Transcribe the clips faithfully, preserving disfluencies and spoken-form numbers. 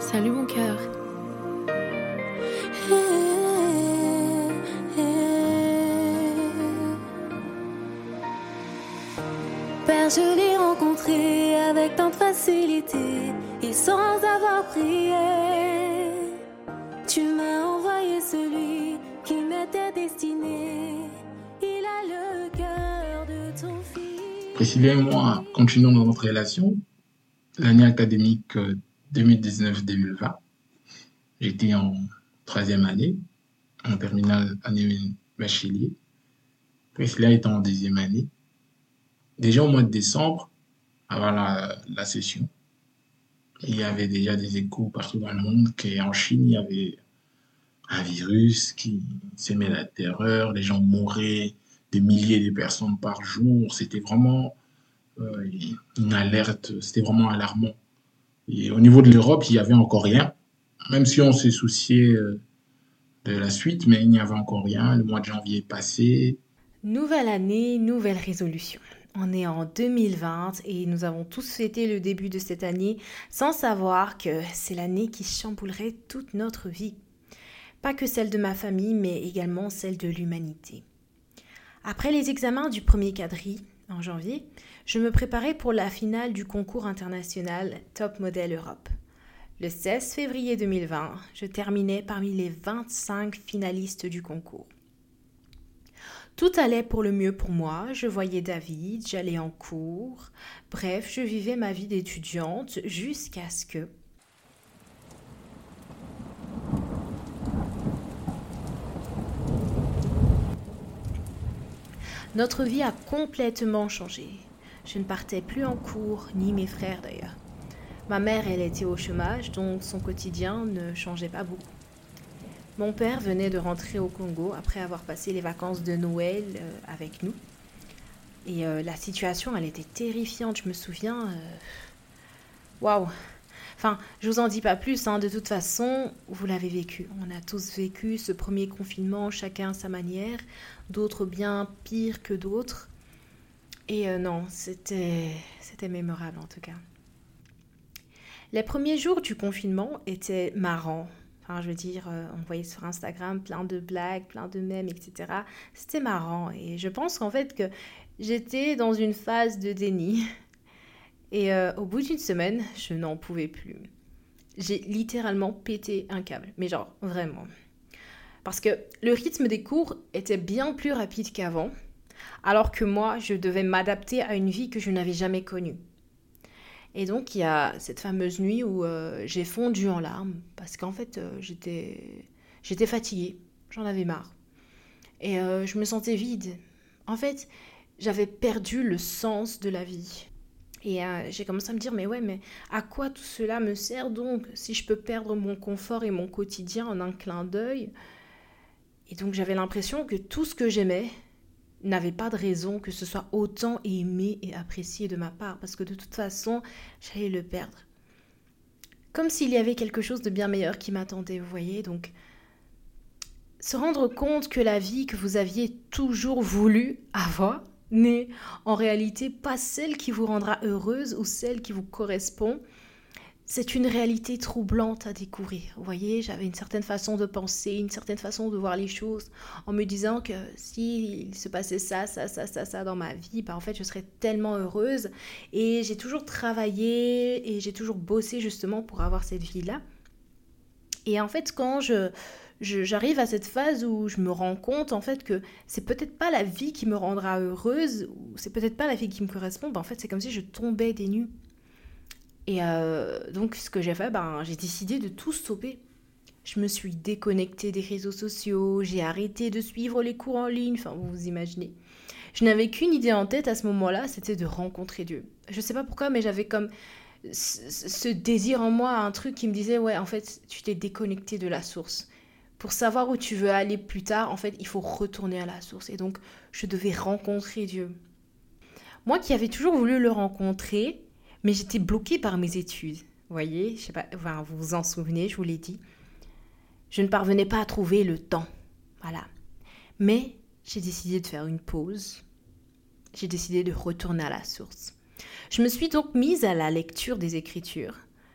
Salut mon cœur. Père, je l'ai rencontré avec tant de facilité et sans avoir prié. Tu m'as envoyé celui qui m'était destiné. Il a le cœur de ton fils. Priscilla et moi continuons notre relation. L'année académique deux mille dix-neuf deux mille vingt, j'étais en troisième année, en terminale année bachelier. Priscilla était en deuxième année. Déjà au mois de décembre, avant la, la session, il y avait déjà des échos partout dans le monde qu'en Chine, il y avait un virus qui semait la terreur, les gens mouraient, des milliers de personnes par jour. C'était vraiment euh, une alerte, c'était vraiment alarmant. Et au niveau de l'Europe, il n'y avait encore rien, même si on s'est soucié euh, de la suite, mais il n'y avait encore rien. Le mois de janvier est passé. Nouvelle année, nouvelle résolution. On est en deux mille vingt et nous avons tous fêté le début de cette année sans savoir que c'est l'année qui chamboulerait toute notre vie. Pas que celle de ma famille, mais également celle de l'humanité. Après les examens du premier quadri, en janvier, je me préparais pour la finale du concours international Top Model Europe. Le seize février deux mille vingt, je terminais parmi les vingt-cinq finalistes du concours. Tout allait pour le mieux pour moi, je voyais David, j'allais en cours, bref, je vivais ma vie d'étudiante jusqu'à ce que... Notre vie a complètement changé. Je ne partais plus en cours, ni mes frères d'ailleurs. Ma mère, elle était au chômage, donc son quotidien ne changeait pas beaucoup. Mon père venait de rentrer au Congo après avoir passé les vacances de Noël euh, avec nous. Et euh, la situation, elle était terrifiante, je me souviens. Waouh! Wow. Enfin, je vous en dis pas plus, hein. De toute façon, vous l'avez vécu. On a tous vécu ce premier confinement, chacun à sa manière, d'autres bien pires que d'autres. Et euh, non, c'était, c'était mémorable en tout cas. Les premiers jours du confinement étaient marrants. Enfin, je veux dire, euh, on voyait sur Instagram plein de blagues, plein de mèmes, et cetera. C'était marrant. Et je pense qu'en fait que j'étais dans une phase de déni. Et euh, au bout d'une semaine, je n'en pouvais plus. J'ai littéralement pété un câble. Mais genre, vraiment. Parce que le rythme des cours était bien plus rapide qu'avant. Alors que moi, je devais m'adapter à une vie que je n'avais jamais connue. Et donc, il y a cette fameuse nuit où euh, j'ai fondu en larmes parce qu'en fait, euh, j'étais, j'étais fatiguée, j'en avais marre. Et euh, je me sentais vide. En fait, j'avais perdu le sens de la vie. Et euh, j'ai commencé à me dire, mais ouais, mais à quoi tout cela me sert donc si je peux perdre mon confort et mon quotidien en un clin d'œil? Et donc, j'avais l'impression que tout ce que j'aimais n'avait pas de raison que ce soit autant aimé et apprécié de ma part, parce que de toute façon, j'allais le perdre. Comme s'il y avait quelque chose de bien meilleur qui m'attendait, vous voyez. Donc, se rendre compte que la vie que vous aviez toujours voulu avoir n'est en réalité pas celle qui vous rendra heureuse ou celle qui vous correspond, c'est une réalité troublante à découvrir. Vous voyez, j'avais une certaine façon de penser, une certaine façon de voir les choses, en me disant que s'il se passait ça, ça, ça, ça, ça dans ma vie, bah en fait, je serais tellement heureuse. Et j'ai toujours travaillé et j'ai toujours bossé justement pour avoir cette vie-là. Et en fait, quand je, je, j'arrive à cette phase où je me rends compte en fait que c'est peut-être pas la vie qui me rendra heureuse, ou c'est peut-être pas la vie qui me correspond, bah en fait, c'est comme si je tombais des nues. Et euh, donc, ce que j'ai fait, ben, j'ai décidé de tout stopper. Je me suis déconnectée des réseaux sociaux, j'ai arrêté de suivre les cours en ligne, enfin, vous vous imaginez. Je n'avais qu'une idée en tête à ce moment-là, c'était de rencontrer Dieu. Je ne sais pas pourquoi, mais j'avais comme ce, ce désir en moi, un truc qui me disait, ouais, en fait, tu t'es déconnecté de la source. Pour savoir où tu veux aller plus tard, en fait, il faut retourner à la source. Et donc, je devais rencontrer Dieu. Moi qui avais toujours voulu le rencontrer, mais j'étais bloquée par mes études. Vous voyez, je sais pas, enfin, vous vous en souvenez, je vous l'ai dit. Je ne parvenais pas à trouver le temps. Voilà. Mais j'ai décidé de faire une pause. J'ai décidé de retourner à la source. Je me suis donc mise à la lecture des Écritures.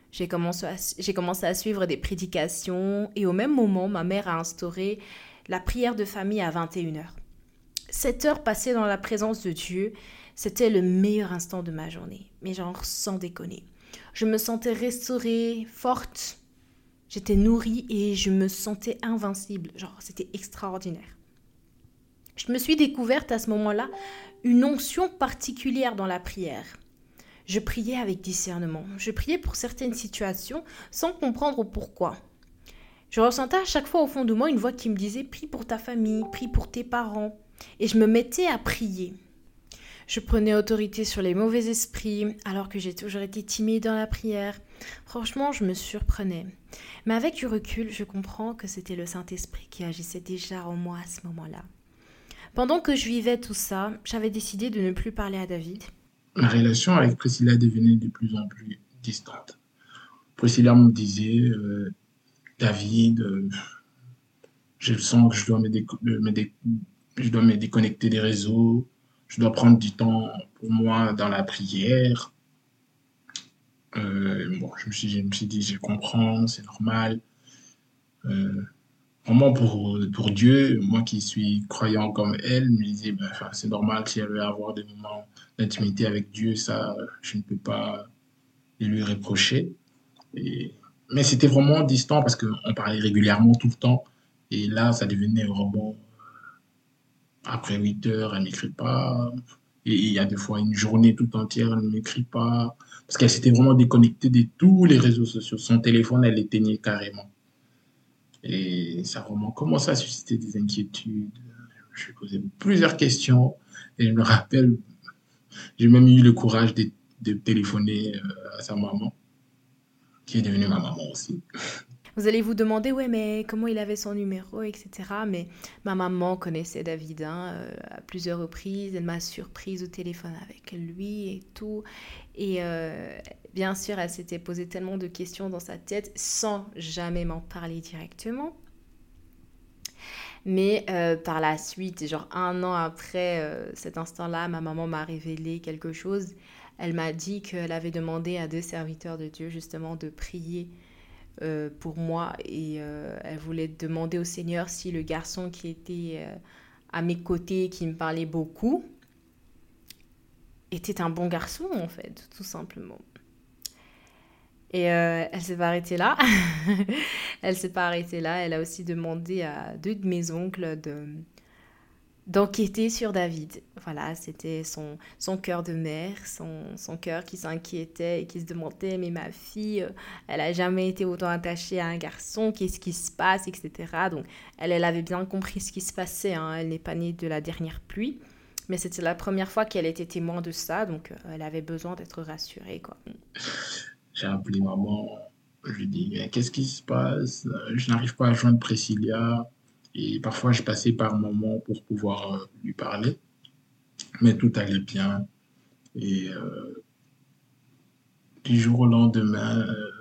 J'ai commencé, à, j'ai commencé à suivre des prédications et au même moment, ma mère a instauré la prière de famille à vingt et une heures. Cette heure passée dans la présence de Dieu, c'était le meilleur instant de ma journée. Mais genre sans déconner. Je me sentais restaurée, forte. J'étais nourrie et je me sentais invincible. Genre, c'était extraordinaire. Je me suis découverte à ce moment-là une onction particulière dans la prière. Je priais avec discernement. Je priais pour certaines situations sans comprendre pourquoi. Je ressentais à chaque fois au fond de moi une voix qui me disait « Prie pour ta famille, prie pour tes parents ». Et je me mettais à prier. Je prenais autorité sur les mauvais esprits, alors que j'ai toujours été timide dans la prière. Franchement, je me surprenais. Mais avec du recul, je comprends que c'était le Saint-Esprit qui agissait déjà en moi à ce moment-là. Pendant que je vivais tout ça, j'avais décidé de ne plus parler à David. Ma relation avec Priscilla devenait de plus en plus distante. Priscilla me disait euh, « David, euh, je sens que je dois me, déco- me, dé- je dois me déconnecter des réseaux. Je dois prendre du temps pour moi dans la prière. Euh, bon, je me suis, je me suis dit, je comprends, c'est normal. Euh, vraiment pour, pour Dieu, moi qui suis croyant comme elle, je me disais, ben, enfin, c'est normal si elle veut avoir des moments d'intimité avec Dieu, ça, je ne peux pas lui reprocher. Et, mais c'était vraiment distant parce qu'on parlait régulièrement tout le temps. Et là, ça devenait vraiment après huit heures, elle ne m'écrit pas. Et il y a des fois une journée tout entière, elle ne m'écrit pas. Parce qu'elle s'était vraiment déconnectée de tous les réseaux sociaux. Son téléphone, elle l'éteignait carrément. Et ça a vraiment commencé à susciter des inquiétudes. Je lui posais plusieurs questions. Et je me rappelle, j'ai même eu le courage de, de téléphoner à sa maman, qui est devenue ma maman aussi. Vous allez vous demander, ouais, mais comment il avait son numéro, et cetera. Mais ma maman connaissait David hein, euh, à plusieurs reprises. Elle m'a surprise au téléphone avec lui et tout. Et euh, bien sûr, elle s'était posé tellement de questions dans sa tête sans jamais m'en parler directement. Mais euh, par la suite, genre un an après euh, cet instant-là, ma maman m'a révélé quelque chose. Elle m'a dit qu'elle avait demandé à deux serviteurs de Dieu justement de prier Euh, pour moi et euh, elle voulait demander au Seigneur si le garçon qui était euh, à mes côtés, qui me parlait beaucoup, était un bon garçon en fait, tout simplement. Et euh, elle s'est pas arrêtée là. Elle s'est pas arrêtée là. Elle a aussi demandé à deux de mes oncles de d'enquêter sur David. Voilà, c'était son, son cœur de mère, son, son cœur qui s'inquiétait et qui se demandait, mais ma fille, elle n'a jamais été autant attachée à un garçon, qu'est-ce qui se passe, et cetera. Donc, elle, elle avait bien compris ce qui se passait, hein. Elle n'est pas née de la dernière pluie, mais c'était la première fois qu'elle était témoin de ça, donc euh, elle avait besoin d'être rassurée, quoi. J'ai appelé maman, je lui ai dit, qu'est-ce qui se passe? Je n'arrive pas à joindre Priscilla. Et parfois, je passais par maman pour pouvoir euh, lui parler. Mais tout allait bien. Et euh, du jour au lendemain, euh,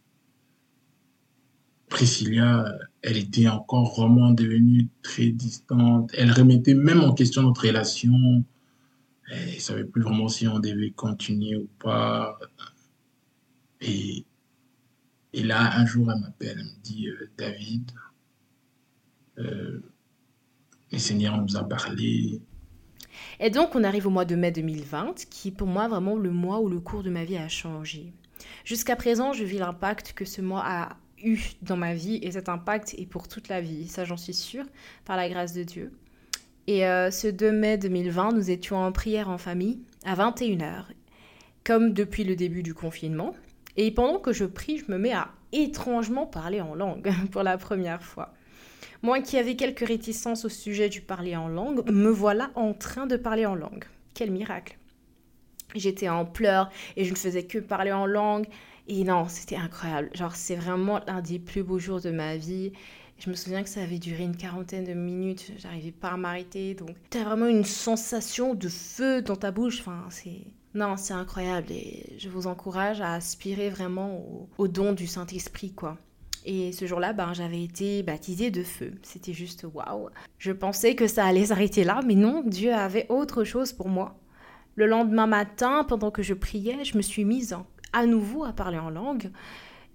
Priscilla, elle était encore vraiment devenue très distante. Elle remettait même en question notre relation. Elle ne savait plus vraiment si on devait continuer ou pas. Et, et là, un jour, elle m'appelle. Elle me dit, euh, David, euh, le Seigneur nous a parlé. Et donc, on arrive au mois de mai deux mille vingt, qui est pour moi vraiment le mois où le cours de ma vie a changé. Jusqu'à présent, je vis l'impact que ce mois a eu dans ma vie, et cet impact est pour toute la vie. Ça, j'en suis sûre, par la grâce de Dieu. Et euh, ce deux mai deux mille vingt, nous étions en prière en famille, à vingt et une heures, comme depuis le début du confinement. Et pendant que je prie, je me mets à étrangement parler en langue, pour la première fois. Moi qui avais quelques réticences au sujet du parler en langue, me voilà en train de parler en langue. Quel miracle! J'étais en pleurs et je ne faisais que parler en langue. Et non, c'était incroyable. Genre, c'est vraiment l'un des plus beaux jours de ma vie. Je me souviens que ça avait duré une quarantaine de minutes. J'arrivais pas à m'arrêter. Donc, t'as vraiment une sensation de feu dans ta bouche. Enfin, c'est... Non, c'est incroyable. Et je vous encourage à aspirer vraiment au, au don du Saint-Esprit, quoi. Et ce jour-là, ben, j'avais été baptisée de feu. C'était juste waouh. Je pensais que ça allait s'arrêter là, mais non, Dieu avait autre chose pour moi. Le lendemain matin, pendant que je priais, je me suis mise en, à nouveau à parler en langue.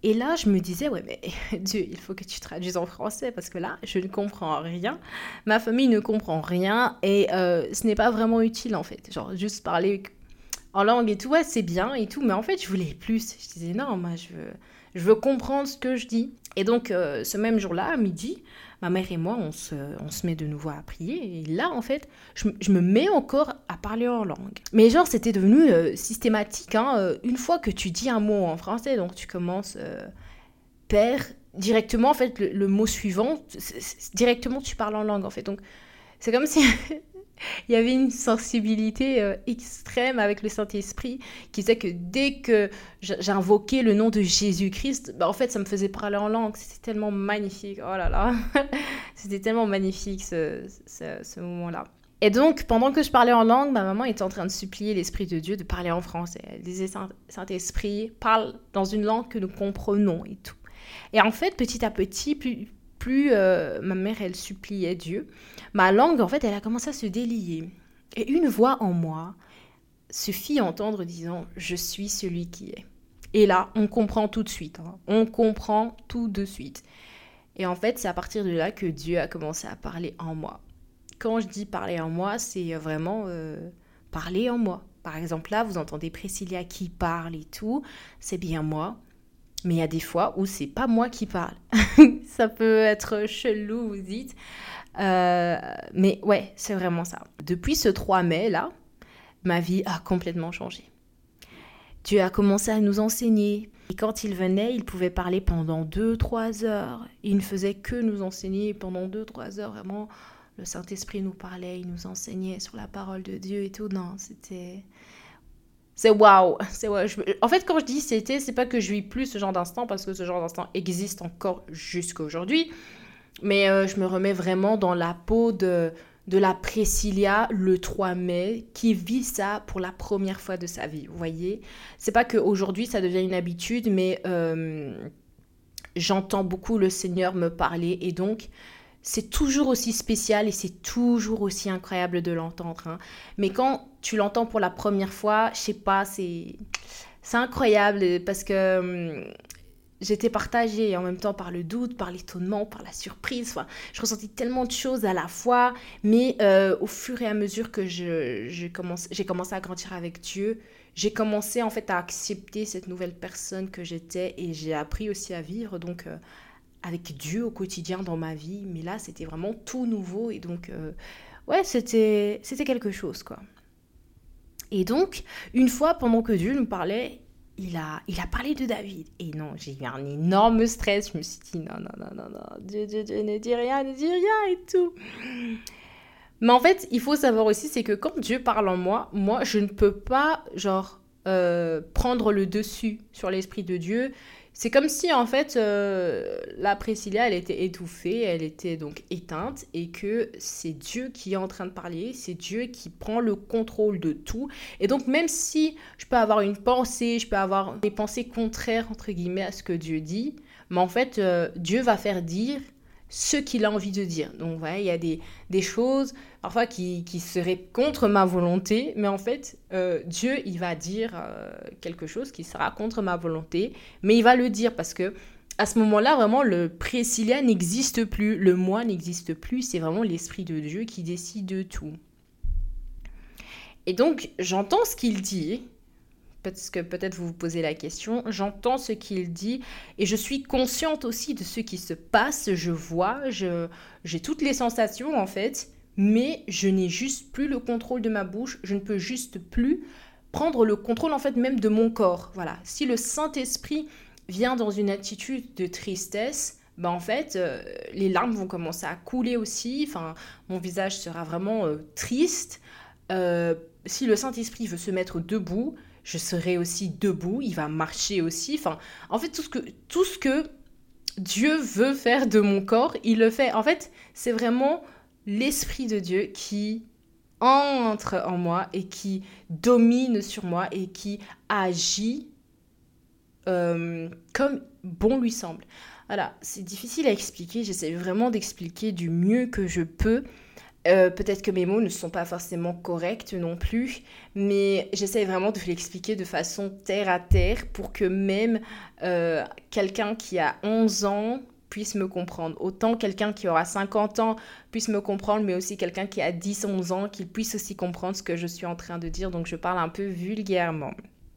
Et là, je me disais, ouais, mais Dieu, il faut que tu traduises en français parce que là, je ne comprends rien. Ma famille ne comprend rien et euh, ce n'est pas vraiment utile en fait. Genre, juste parler en langue et tout, ouais, c'est bien et tout, mais en fait, je voulais plus. Je disais, non, moi, je veux, je veux comprendre ce que je dis. Et donc, euh, ce même jour-là, à midi, ma mère et moi, on se, on se met de nouveau à prier. Et là, en fait, je, je me mets encore à parler en langue. Mais genre, c'était devenu euh, systématique. Hein, euh, une fois que tu dis un mot en français, donc tu commences euh, père, directement, en fait, le, le mot suivant, c'est, c'est, directement, tu parles en langue, en fait. Donc, c'est comme si il y avait une sensibilité euh, extrême avec le Saint-Esprit qui faisait que dès que j'invoquais le nom de Jésus-Christ, bah, en fait, ça me faisait parler en langue. C'était tellement magnifique. Oh là là. C'était tellement magnifique ce, ce, ce moment-là. Et donc, pendant que je parlais en langue, ma maman était en train de supplier l'Esprit de Dieu de parler en français. Elle disait, Saint-Esprit, parle dans une langue que nous comprenons et tout. Et en fait, petit à petit, plus... plus euh, ma mère, elle suppliait Dieu, ma langue, en fait, elle a commencé à se délier. Et une voix en moi se fit entendre disant « Je suis celui qui est ». Et là, on comprend tout de suite. Hein. On comprend tout de suite. Et en fait, c'est à partir de là que Dieu a commencé à parler en moi. Quand je dis parler en moi, c'est vraiment euh, parler en moi. Par exemple, là, vous entendez Priscilla qui parle et tout. C'est bien moi. Mais il y a des fois où c'est pas moi qui parle. Ça peut être chelou, vous dites. Euh, mais ouais, c'est vraiment ça. Depuis ce trois mai, là, ma vie a complètement changé. Dieu a commencé à nous enseigner. Et quand il venait, il pouvait parler pendant deux, trois heures. Il ne faisait que nous enseigner pendant deux, trois heures. Vraiment, le Saint-Esprit nous parlait, il nous enseignait sur la parole de Dieu et tout. Non, c'était... C'est waouh, c'est waouh. En fait, quand je dis c'était, c'est pas que je vis plus ce genre d'instant parce que ce genre d'instant existe encore jusqu'à aujourd'hui. Mais euh, je me remets vraiment dans la peau de, de la Priscilla le trois mai qui vit ça pour la première fois de sa vie. Vous voyez, c'est pas qu'aujourd'hui ça devient une habitude, mais euh, j'entends beaucoup le Seigneur me parler et donc c'est toujours aussi spécial et c'est toujours aussi incroyable de l'entendre. Hein. Mais quand tu l'entends pour la première fois, je sais pas, c'est, c'est incroyable parce que hum, j'étais partagée en même temps par le doute, par l'étonnement, par la surprise. Enfin, je ressentis tellement de choses à la fois, mais euh, au fur et à mesure que je, je commence, j'ai commencé à grandir avec Dieu, j'ai commencé en fait à accepter cette nouvelle personne que j'étais et j'ai appris aussi à vivre. Donc, euh, avec Dieu au quotidien dans ma vie, mais là, c'était vraiment tout nouveau, et donc, euh, ouais, c'était, c'était quelque chose, quoi. Et donc, une fois, pendant que Dieu nous parlait, il a, il a parlé de David, et non, j'ai eu un énorme stress, je me suis dit, non, non, non, non, non, Dieu, Dieu, Dieu, ne dis rien, ne dis rien, et tout. Mais en fait, il faut savoir aussi, c'est que quand Dieu parle en moi, moi, je ne peux pas, genre, euh, prendre le dessus sur l'Esprit de Dieu. C'est comme si, en fait, euh, la Priscilla, elle était étouffée, elle était donc éteinte, et que c'est Dieu qui est en train de parler, c'est Dieu qui prend le contrôle de tout. Et donc, même si je peux avoir une pensée, je peux avoir des pensées contraires, entre guillemets, à ce que Dieu dit, mais en fait, euh, Dieu va faire dire ce qu'il a envie de dire. Donc, voilà, il y a des, des choses, parfois, qui, qui seraient contre ma volonté, mais en fait, euh, Dieu, il va dire euh, quelque chose qui sera contre ma volonté, mais il va le dire parce que à ce moment-là, vraiment, le Priscilla n'existe plus, le moi n'existe plus, c'est vraiment l'Esprit de Dieu qui décide de tout. Et donc, j'entends ce qu'il dit, parce que peut-être vous vous posez la question, j'entends ce qu'il dit et je suis consciente aussi de ce qui se passe, je vois, je, j'ai toutes les sensations en fait, mais je n'ai juste plus le contrôle de ma bouche, je ne peux juste plus prendre le contrôle en fait même de mon corps. Voilà, si le Saint-Esprit vient dans une attitude de tristesse, ben en fait, euh, les larmes vont commencer à couler aussi, enfin, mon visage sera vraiment euh, triste. Euh, si le Saint-Esprit veut se mettre debout, je serai aussi debout, il va marcher aussi. Enfin, en fait, tout ce que, tout ce que Dieu veut faire de mon corps, il le fait. En fait, c'est vraiment l'Esprit de Dieu qui entre en moi et qui domine sur moi et qui agit euh, comme bon lui semble. Voilà, c'est difficile à expliquer, j'essaie vraiment d'expliquer du mieux que je peux. Euh, peut-être que mes mots ne sont pas forcément corrects non plus, mais j'essaie vraiment de l'expliquer de façon terre à terre pour que même euh, quelqu'un qui a onze ans puisse me comprendre. Autant quelqu'un qui aura cinquante ans puisse me comprendre, mais aussi quelqu'un qui a dix, onze ans, qu'il puisse aussi comprendre ce que je suis en train de dire. Donc je parle un peu vulgairement.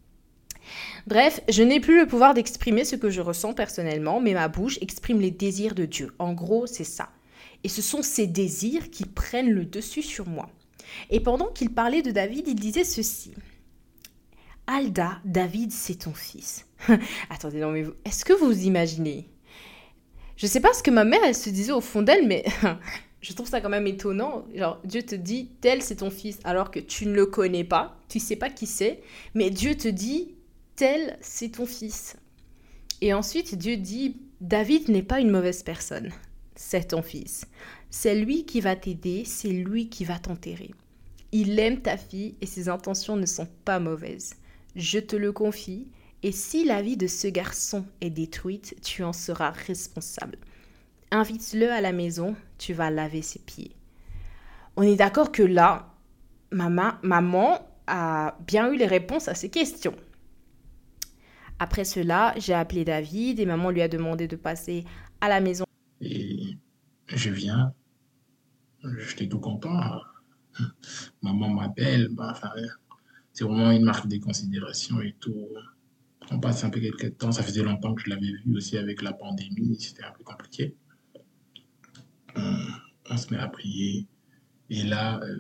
Bref, je n'ai plus le pouvoir d'exprimer ce que je ressens personnellement, mais ma bouche exprime les désirs de Dieu. En gros, c'est ça. Et ce sont ces désirs qui prennent le dessus sur moi. Et pendant qu'il parlait de David, il disait ceci. « Alda, David, c'est ton fils. » Attendez, non mais est-ce que vous imaginez? Je ne sais pas ce que ma mère, elle se disait au fond d'elle, mais je trouve ça quand même étonnant. Genre, Dieu te dit, tel c'est ton fils, alors que tu ne le connais pas, tu ne sais pas qui c'est, mais Dieu te dit, tel c'est ton fils. Et ensuite, Dieu dit, David n'est pas une mauvaise personne. C'est ton fils. C'est lui qui va t'aider, c'est lui qui va t'enterrer. Il aime ta fille et ses intentions ne sont pas mauvaises. Je te le confie, et si la vie de ce garçon est détruite, tu en seras responsable. Invite-le à la maison, tu vas laver ses pieds. On est d'accord que là, maman, maman a bien eu les réponses à ces questions. Après cela, j'ai appelé David et maman lui a demandé de passer à la maison. Et je viens, j'étais tout content. Maman m'appelle, bah, enfin, c'est vraiment une marque de considération et tout. On passe un peu quelques temps, ça faisait longtemps que je l'avais vu aussi avec la pandémie, c'était un peu compliqué. On, on se met à prier et là, euh,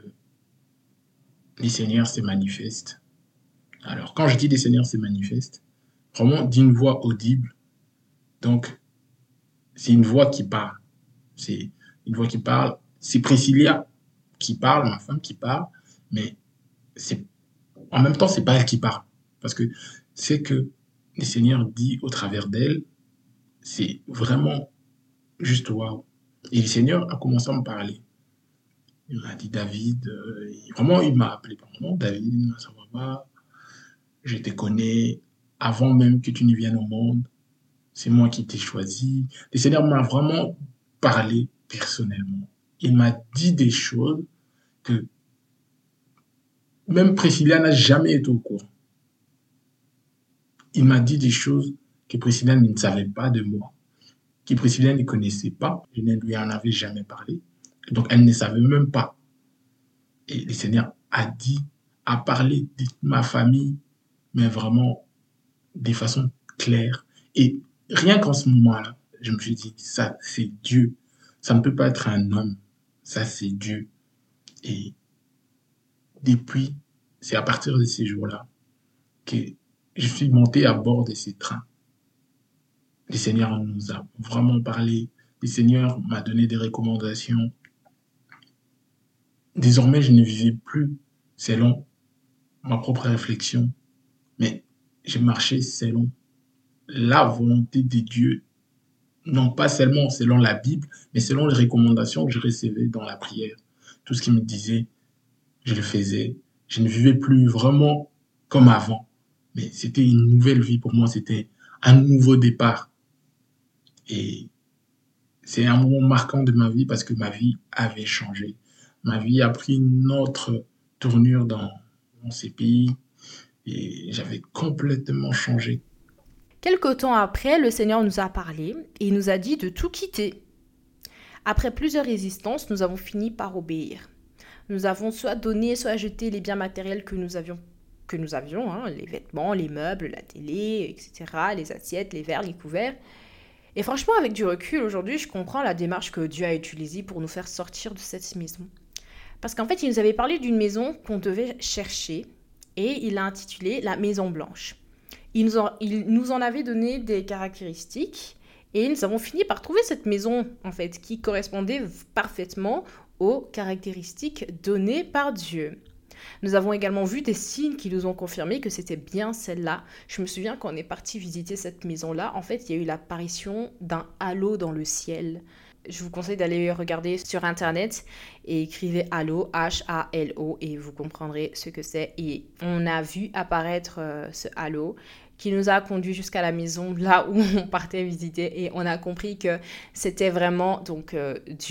les Seigneurs se manifestent. Alors, quand je dis les Seigneurs se manifestent, vraiment d'une voix audible, donc c'est une voix qui parle. C'est une voix qui parle. C'est Priscilla qui parle, ma femme qui parle, mais c'est en même temps, c'est pas elle qui parle. Parce que c'est que le Seigneur dit au travers d'elle, c'est vraiment juste waouh. Et le Seigneur a commencé à me parler. Il m'a dit, David, euh, vraiment, il m'a appelé par mon nom, David, ça va pas, je te connais avant même que tu ne viennes au monde. C'est moi qui t'ai choisi. Le Seigneur m'a vraiment parlé personnellement. Il m'a dit des choses que même Priscilla n'a jamais été au courant. Il m'a dit des choses que Priscilla ne savait pas de moi, que Priscilla ne connaissait pas. Je ne lui en avais jamais parlé. Donc, elle ne savait même pas. Et le Seigneur a dit, a parlé de ma famille, mais vraiment de façon claire. Et rien qu'en ce moment-là, je me suis dit, ça, c'est Dieu. Ça ne peut pas être un homme. Ça, c'est Dieu. Et depuis, c'est à partir de ces jours-là que je suis monté à bord de ces trains. Le Seigneur nous a vraiment parlé. Le Seigneur m'a donné des recommandations. Désormais, je ne vivais plus selon ma propre réflexion, mais je marchais selon la volonté de Dieu, non pas seulement selon la Bible, mais selon les recommandations que je recevais dans la prière. Tout ce qu'il me disait, je le faisais. Je ne vivais plus vraiment comme avant, mais c'était une nouvelle vie pour moi, c'était un nouveau départ. Et c'est un moment marquant de ma vie parce que ma vie avait changé. Ma vie a pris une autre tournure dans, dans ces pays et j'avais complètement changé. Quelque temps après, le Seigneur nous a parlé et il nous a dit de tout quitter. Après plusieurs résistances, nous avons fini par obéir. Nous avons soit donné, soit jeté les biens matériels que nous avions, que nous avions hein, les vêtements, les meubles, la télé, et cetera, les assiettes, les verres, les couverts. Et franchement, avec du recul, aujourd'hui, je comprends la démarche que Dieu a utilisée pour nous faire sortir de cette maison. Parce qu'en fait, il nous avait parlé d'une maison qu'on devait chercher et il l'a intitulée la Maison Blanche. Il nous, en, il nous en avait donné des caractéristiques et nous avons fini par trouver cette maison, en fait, qui correspondait parfaitement aux caractéristiques données par Dieu. Nous avons également vu des signes qui nous ont confirmé que c'était bien celle-là. Je me souviens quand on est parti visiter cette maison-là, en fait, il y a eu l'apparition d'un halo dans le ciel. Je vous conseille d'aller regarder sur Internet et écrivez halo, H A L O, et vous comprendrez ce que c'est. Et on a vu apparaître euh, ce halo qui nous a conduit jusqu'à la maison, là où on partait visiter, et on a compris que c'était vraiment donc euh, Dieu.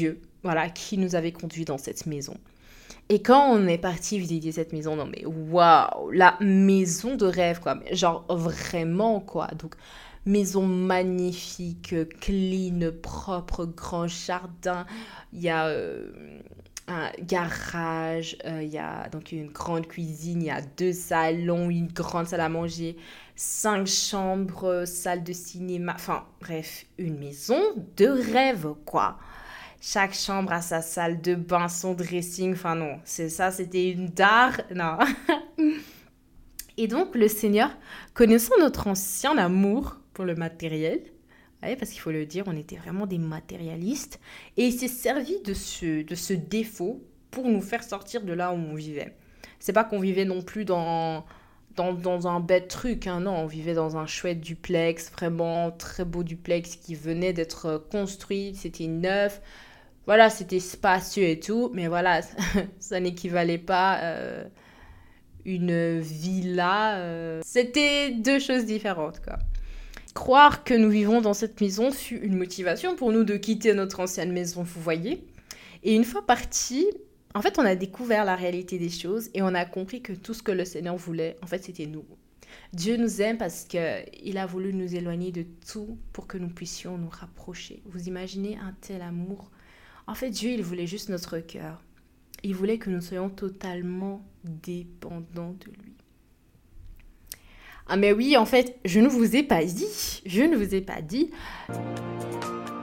voilà, qui nous avait conduits dans cette maison. Et quand on est parti visiter cette maison, non mais waouh, la maison de rêve, quoi. Genre vraiment, quoi. Donc, maison magnifique, clean, propre, grand jardin. Il y a euh, un garage, euh, il y a donc une grande cuisine, il y a deux salons, une grande salle à manger, cinq chambres, salle de cinéma. Enfin, bref, une maison de rêve, quoi. Chaque chambre a sa salle de bain, son dressing. Enfin non, c'est ça, c'était une dare. Non. Et donc, le Seigneur, connaissant notre ancien amour pour le matériel, ouais, parce qu'il faut le dire, on était vraiment des matérialistes, et il s'est servi de ce, de ce défaut pour nous faire sortir de là où on vivait. C'est pas qu'on vivait non plus dans, dans, dans un bête truc, hein, non, on vivait dans un chouette duplex, vraiment très beau duplex qui venait d'être construit, c'était neuf. Voilà, c'était spacieux et tout, mais voilà, ça n'équivalait pas à euh, une villa. Euh, c'était deux choses différentes, quoi. Croire que nous vivons dans cette maison fut une motivation pour nous de quitter notre ancienne maison, vous voyez. Et une fois partis, en fait, on a découvert la réalité des choses et on a compris que tout ce que le Seigneur voulait, en fait, c'était nous. Dieu nous aime parce qu'il a voulu nous éloigner de tout pour que nous puissions nous rapprocher. Vous imaginez un tel amour ? En fait, Dieu, il voulait juste notre cœur. Il voulait que nous soyons totalement dépendants de lui. Ah mais oui, en fait, je ne vous ai pas dit, je ne vous ai pas dit